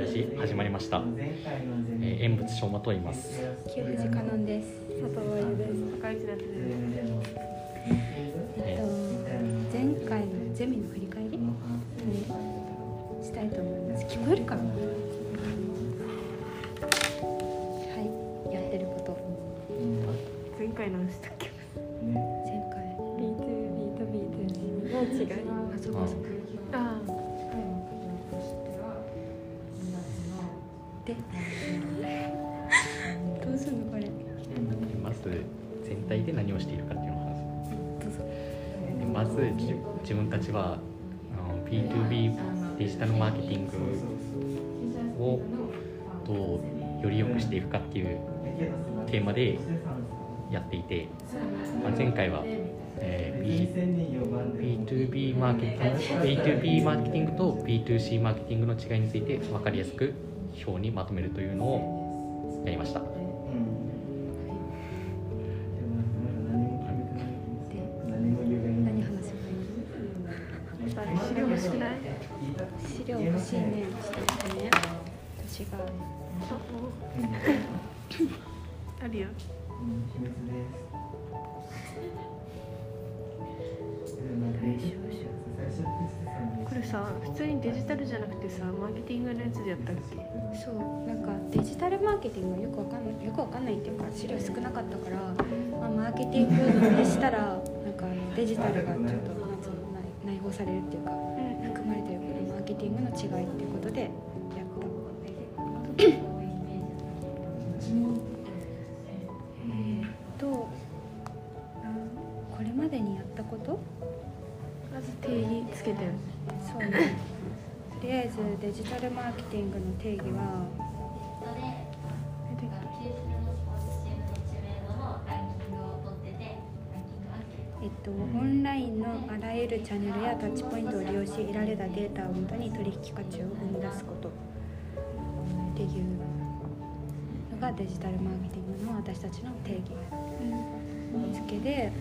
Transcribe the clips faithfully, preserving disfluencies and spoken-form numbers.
始始まりました。えー、演仏昌磨と言います。 清藤香音です。 佐藤真由です。高市夏です。 えっと前回のゼミの振り返りにしたいと思います。聞こえるかな？はい、やってること。 前回のしたっけ？ 前回ビーツービー と ビーツーシー の違い。 あ、そうかそうか。 ああ。 で、どうするのこれ？ まず全体で何をしているかっていうのを話す。 どうぞ。 でまずじ自分たちはあの ビーツービー デジタルマーケティングをどうより良くしていくかっていうテーマでやっていて、まあ、前回は、えー、ビーツービー マーケティング ビーツービー マーケティングと ビーツーシー マーケティングの違いについて分かりやすく表にまとめるというのをやりました。 何話せばいい？ 資料欲しくない？ 資料欲しいね。してね。私があるよ。これさ、普通にデジタルじゃなくてさ、マーケティングのやつでやったっけ？ そう、なんかデジタルマーケティングはよくわかんない、よくわかんないっていうか資料少なかったから、まあ、マーケティングにしたらなんかあのデジタルがちょっとなんつうの内包されるっていうか、含まれてるからマーケティングの違いっていうことでやった。えーっとこれまでにやったこと？ まず定義つけてる。 そうね。とりあえずデジタルマーケティングの定義はえっと、オンラインのあらゆるチャンネルやタッチポイントを利用し得られたデータをもとに取引価値を生み出すことっていうのがデジタルマーケティングの私たちの定義付けで、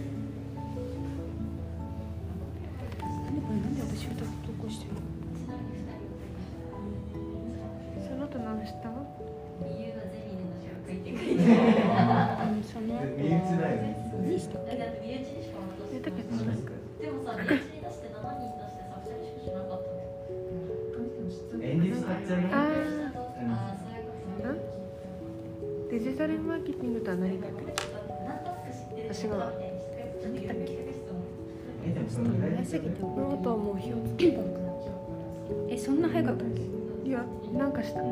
なんでこれなんで私歌投稿してるの？ その後何した？ うんその後は何したっけ？ えだけどなんかあーデジタルマーケティングとは何だっけ？私が何だっけ？早すぎて覚えてない。 この後はもう表つけた。 え、そんな早かったっけ？ いや、なんかした。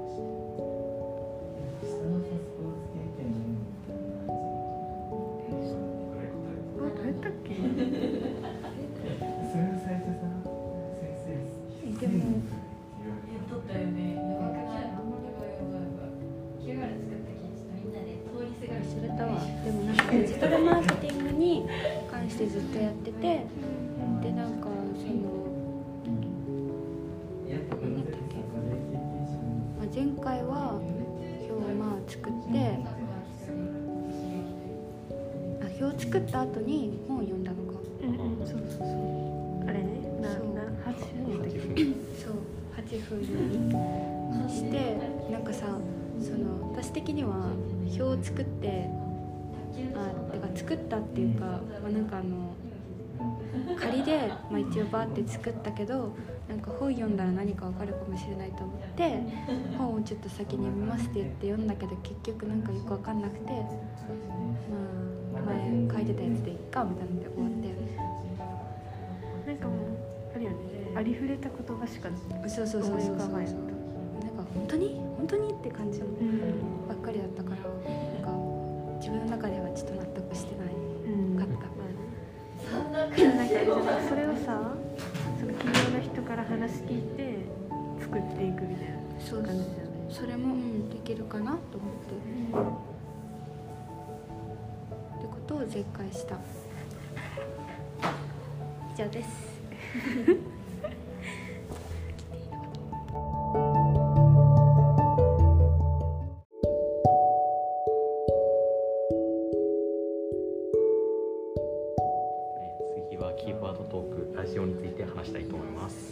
でも忘れたわ。でもなんかデジタルマーケティングに関してずっとやってて、でなんかその何だったっけ、まあ、前回は表をまあ作ってあ表を作った後に本を読んだのか。 うんうん、そうそうそう。あれね、ななはちふんだっけ？ そう、はっぷんにしてなんかさ、その私的には表を作ってあてか作ったっていうか、まあ、なんかあの仮で、まあ、一応バーって作ったけど、なんか本読んだら何か分かるかもしれないと思って本をちょっと先に読みますって言って読んだけど、結局なんかよく分かんなくて、まあ前書いてたやつでいっかみたいなので終わって、 なんかもうあるよね、ありふれた言葉しかそうそうそうそうそう、なんか本当に本当にって感じばっかりだったから、なんか自分の中ではちょっと納得してないかった。 なんかあれじゃない、それをさ、その企業の人から話聞いて作っていくみたいな感じじゃない？ それも、うん、できるかなと思って、うん、ってことを前回した。以上です。 次はキーワードトークラジオについて話したいと思います。 は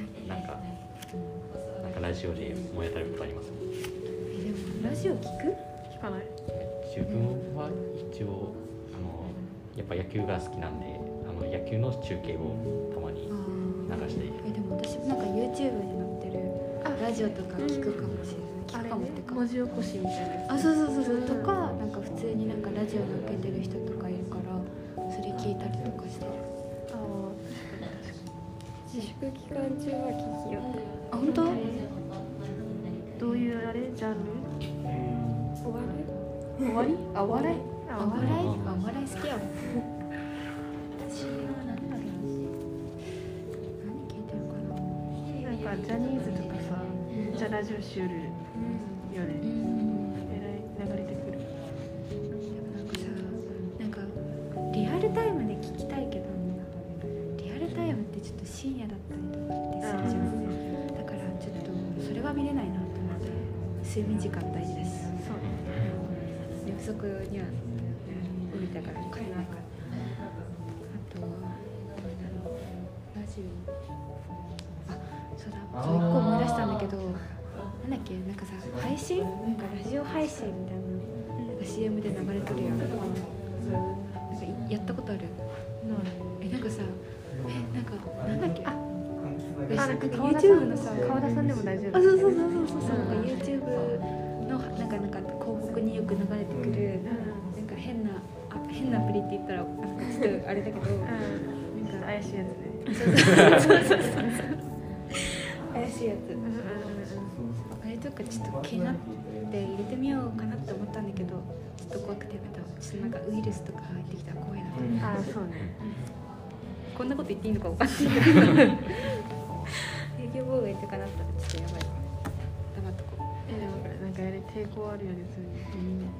なんかなんかラジオで思い当たることあります？ えでもラジオ聞く？ 聞かない。 自分は一応あのやっぱ野球が好きなんで、あの野球の中継をたまに流している。 えでも私もなんか YouTube に載ってるラジオとか聞くかもしれない。聞くかもってか。 文字起こしみたいなやつ。 あ、そうそうそうそう、とかなんか普通になんかラジオの受けてる人とかいるからそれ聞いたりとかしてる。 ああ、確かに確かに。 自粛期間中は聞きよっあ、本当？ どういうあれジャンル？ た。終わる？ 終わり？あ、お笑い？ あ、お笑い？あ、お笑い好きやもん。私は何だろう。何聞いてるかな。 なんかジャニーズとかさ、じゃラジオシュールよね。えらい流れてくる。 なんかさ、なんかリアルタイムで聞きたいけど、リアルタイムってちょっと深夜だったりとかってするじゃん。だからちょっとそれは見れないなと思って睡眠時間大事です。 そうね。 寝不足には無理だから買えないから。あとはラジオ。あ、そうだ。そう一個思い出したんだけど、なんだっけ、なんかさ配信？なんかラジオ配信みたいな、なんか シーエム で流れてるやん。なんかやったことある？え、なんかさ、え、なんかなんだっけ？あ、 あ、なんか川田さ YouTube んのさ、 川田さんでも大丈夫。 あ、そうそうそうそうそう、なんか YouTube のなんかなんか広告によく流れてくる、なんか変なあ変なアプリって言ったらなんかちょっとあれだけど、 うん。 なんか怪しいやつね。 そうそうそうそう怪しいやつ。 うんうんうん。 あれとかちょっと気になって入れてみようかなって思ったんだけど、ちょっと怖くてやめた。ちょっとなんかウイルスとか入ってきたら怖いなと思って。 あ、そうね。 こんなこと言っていいのかわかんないけど営業妨害とかなったらちょっとやばい。黙っとこう。 え、でもこれなんかやり抵抗あるよね、そういうの。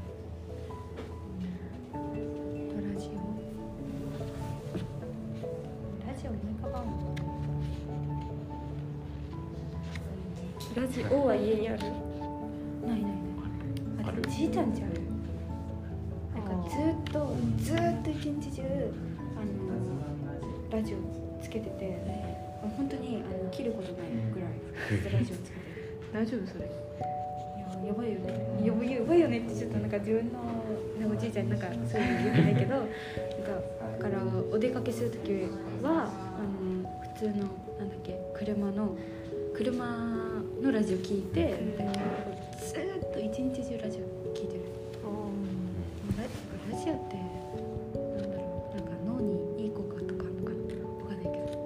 ラジオラジオ思い浮かばんの？ラジオは家にある？ないないない。あ、でもじいちゃんちある。なんかずーっとずーっと一日中あのラジオつけてて、本当にあの切ることないぐらいずっとラジオつけてる。 大丈夫それ？ いや、やばいよね。やばいやばいよねってちょっとなんか自分のなんかおじいちゃんになんかそういうの言ってないけど、なんかだからお出かけするときはあの普通のなんだっけ車の車のラジオ聞いて、ずーっと一日中ラジオ聞いてる。ラ, ラジオってなんだろう、なんか脳にいい効果とかあるのかな、わかんないけど。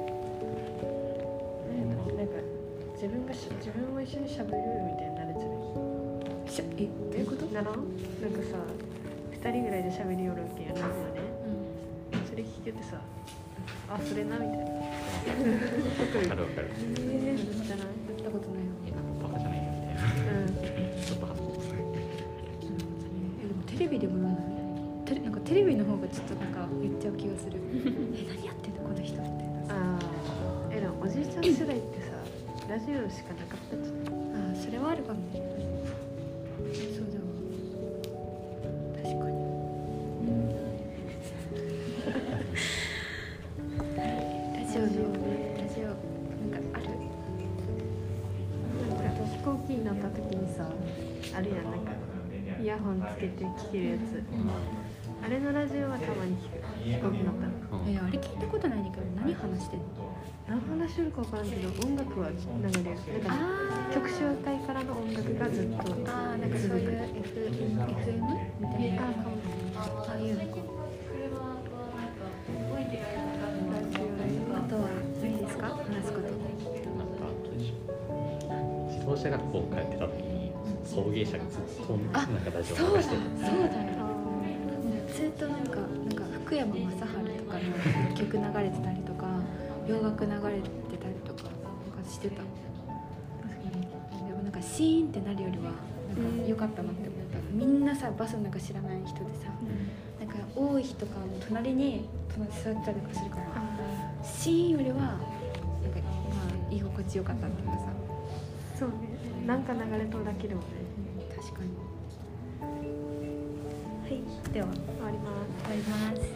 なんか自分がし自分も一緒にしゃべるみたいになれちゃう。 しゃえどういうこと？ ならん？なんかさ、二人ぐらいでしゃべりよるわけやな、ね。 うん、 それ聞けてさ、あ、それなみたいな。わわかるわかる。 えー、じゃない？ やったことないよ。 バカじゃないよみたいな。 うん。 ちょっと恥ずかしい。 えでもテレビでもないテレなんかテレビの方がちょっとなんか言っちゃう気がする。え、何やってんのこの人みたいな。 ああ、え、でもおじいちゃん世代ってさ、ラジオしかなかったじゃん。 ああ、それはあるかもね。そうだわ。確かに。ラジオのラジオなんかある？ なんか飛行機に乗った時にさ、あるやん、なんかイヤホンつけて聴けるやつ。あれのラジオはたまに聞く。飛行機乗ったら。 え、あれ聞いたことないんだけど、何話してんの？ 何話してるか分からんけど、音楽は流れる。なんかあ曲紹介からの音楽がずっと。 あー、なんかそういう F FM みたいな。ああいうのか。あとは何ですか？話すこと。 自動車学校通ってた時に送迎車がずっとなんかラジオそうだ、 流してそうだよ。ずっとなんかなんか福山雅治とかの曲流れてたりとか、洋楽流れてたりとかなんかしてた。でもなんかシーンってなるよりはなんか良かったなって思った。みんなさバスの中知らない人でさ、なんか多い日とかも隣に隣座ったりとかするから、シーンよりはなんかまあ居心地良かったっていうかさ。 そうね。なんか流れとるだけでもね。 確かに。はい、では終わります。 終わります。